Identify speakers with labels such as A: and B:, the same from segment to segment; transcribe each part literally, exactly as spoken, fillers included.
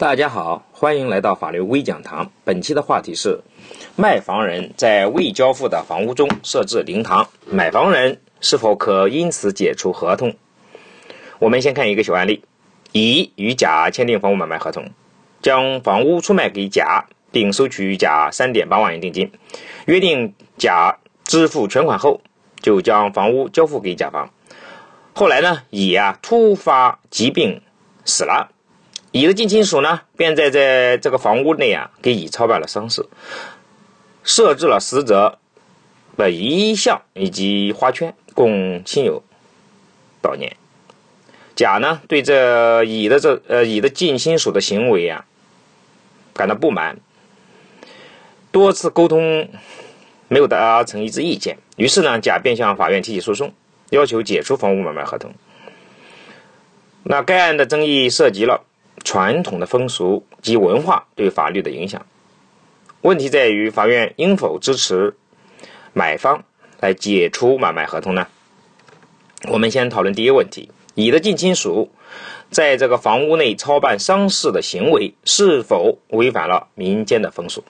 A: 大家好，欢迎来到法律微讲堂。本期的话题是：卖房人在未交付的房屋中设置灵堂，买房人是否可因此解除合同？我们先看一个小案例：乙与甲签订房屋买卖合同，将房屋出卖给甲，并收取甲 三点八万元定金，约定甲支付全款后，就将房屋交付给甲方。后来呢，乙啊突发疾病死了。乙的近亲属呢，便在在这个房屋内啊，给乙操办了丧事，设置了死者的遗像以及花圈，供亲友悼念。甲呢，对这乙的这呃乙的近亲属的行为啊，感到不满，多次沟通没有达成一致意见，于是呢，甲便向法院提起诉讼，要求解除房屋买卖合同。那该案的争议涉及了传统的风俗及文化对法律的影响。问题在于法院应否支持买方来解除买卖合同呢？我们先讨论第一个问题：乙的近亲属在这个房屋内操办丧事的行为是否违反了民间的风俗？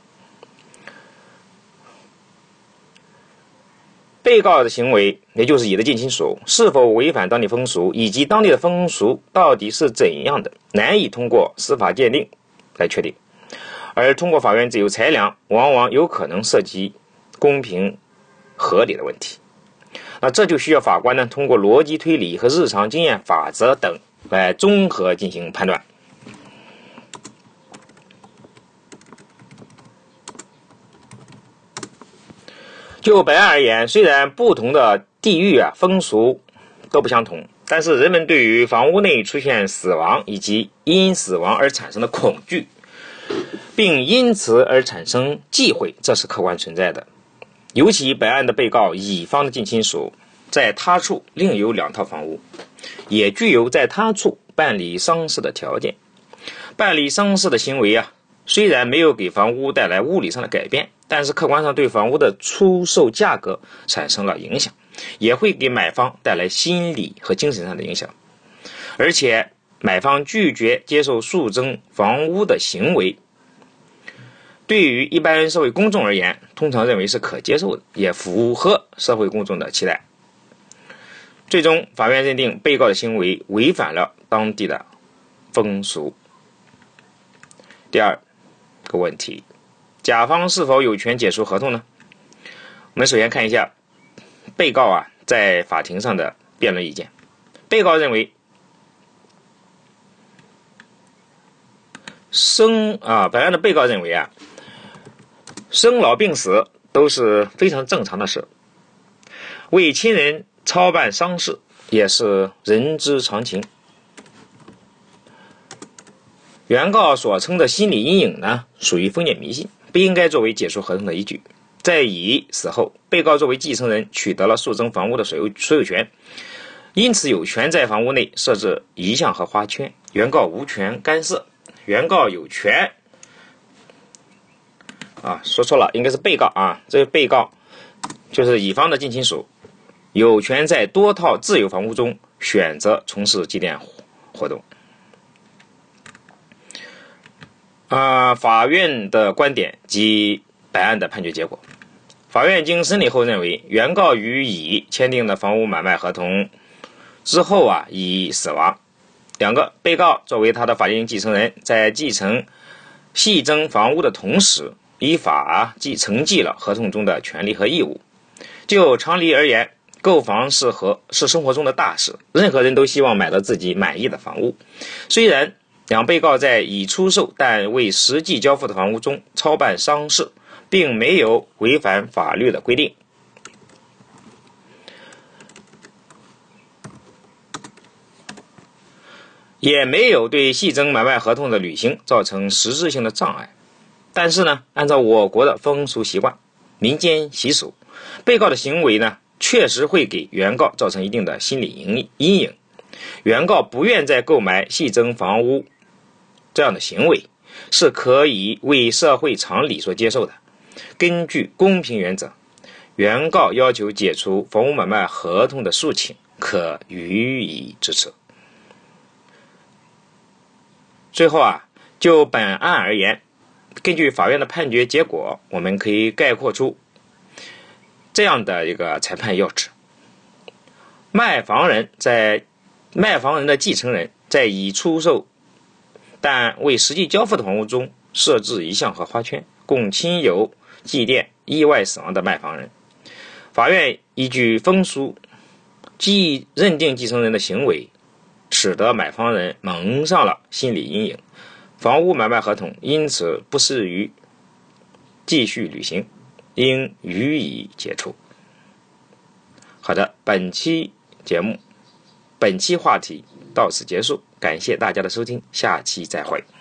A: 被告的行为，也就是乙的近亲属，是否违反当地风俗，以及当地的风俗到底是怎样的，难以通过司法鉴定来确定。而通过法院自由裁量，往往有可能涉及公平合理的问题。那这就需要法官呢，通过逻辑推理和日常经验法则等来综合进行判断。就本案而言，虽然不同的地域啊风俗都不相同，但是人们对于房屋内出现死亡以及因死亡而产生的恐惧，并因此而产生忌讳，这是客观存在的。尤其本案的被告乙方的近亲属在他处另有两套房屋，也具有在他处办理丧事的条件。办理丧事的行为啊，虽然没有给房屋带来物理上的改变，但是客观上对房屋的出售价格产生了影响，也会给买方带来心理和精神上的影响。而且买方拒绝接受速增房屋的行为，对于一般社会公众而言，通常认为是可接受的，也符合社会公众的期待。最终法院认定被告的行为违反了当地的风俗。第二个问题，甲方是否有权解除合同呢？我们首先看一下被告啊在法庭上的辩论意见。被告认为生啊，本案的被告认为啊，生老病死都是非常正常的事，为亲人操办丧事也是人之常情。原告所称的心理阴影呢，属于封建迷信，不应该作为解除合同的依据。在乙死后，被告作为继承人取得了速增房屋的所有所有权，因此有权在房屋内设置遗像和花圈，原告无权干涉。原告有权啊，说错了，应该是被告啊，这个被告就是乙方的近亲属，有权在多套自有房屋中选择从事祭奠活动。啊，法院的观点及本案的判决结果。法院经审理后认为，原告与乙签订的房屋买卖合同之后啊，乙死亡，两个被告作为他的法定继承人，在继承系增房屋的同时，依法既承继了合同中的权利和义务。就常理而言，购房是和是生活中的大事，任何人都希望买到自己满意的房屋。虽然两被告在已出售但未实际交付的房屋中操办丧事，并没有违反法律的规定，也没有对系增买卖合同的履行造成实质性的障碍。但是呢，按照我国的风俗习惯、民间习俗，被告的行为呢，确实会给原告造成一定的心理阴影。原告不愿再购买系增房屋这样的行为，是可以为社会常理所接受的。根据公平原则，原告要求解除房屋买卖合同的诉请可予以支持。最后啊， 就本案而言，根据法院的判决结果，我们可以概括出这样的一个裁判要旨：卖房人在卖房人的继承人在已出售但未实际交付的房屋中设置遗像和花圈，供亲友祭奠意外死亡的卖房人。法院依据风俗即认定继承人的行为，使得买房人蒙上了心理阴影，房屋买卖合同因此不适于继续履行，应予以解除。好的，本期节目本期话题到此结束，感谢大家的收听，下期再会。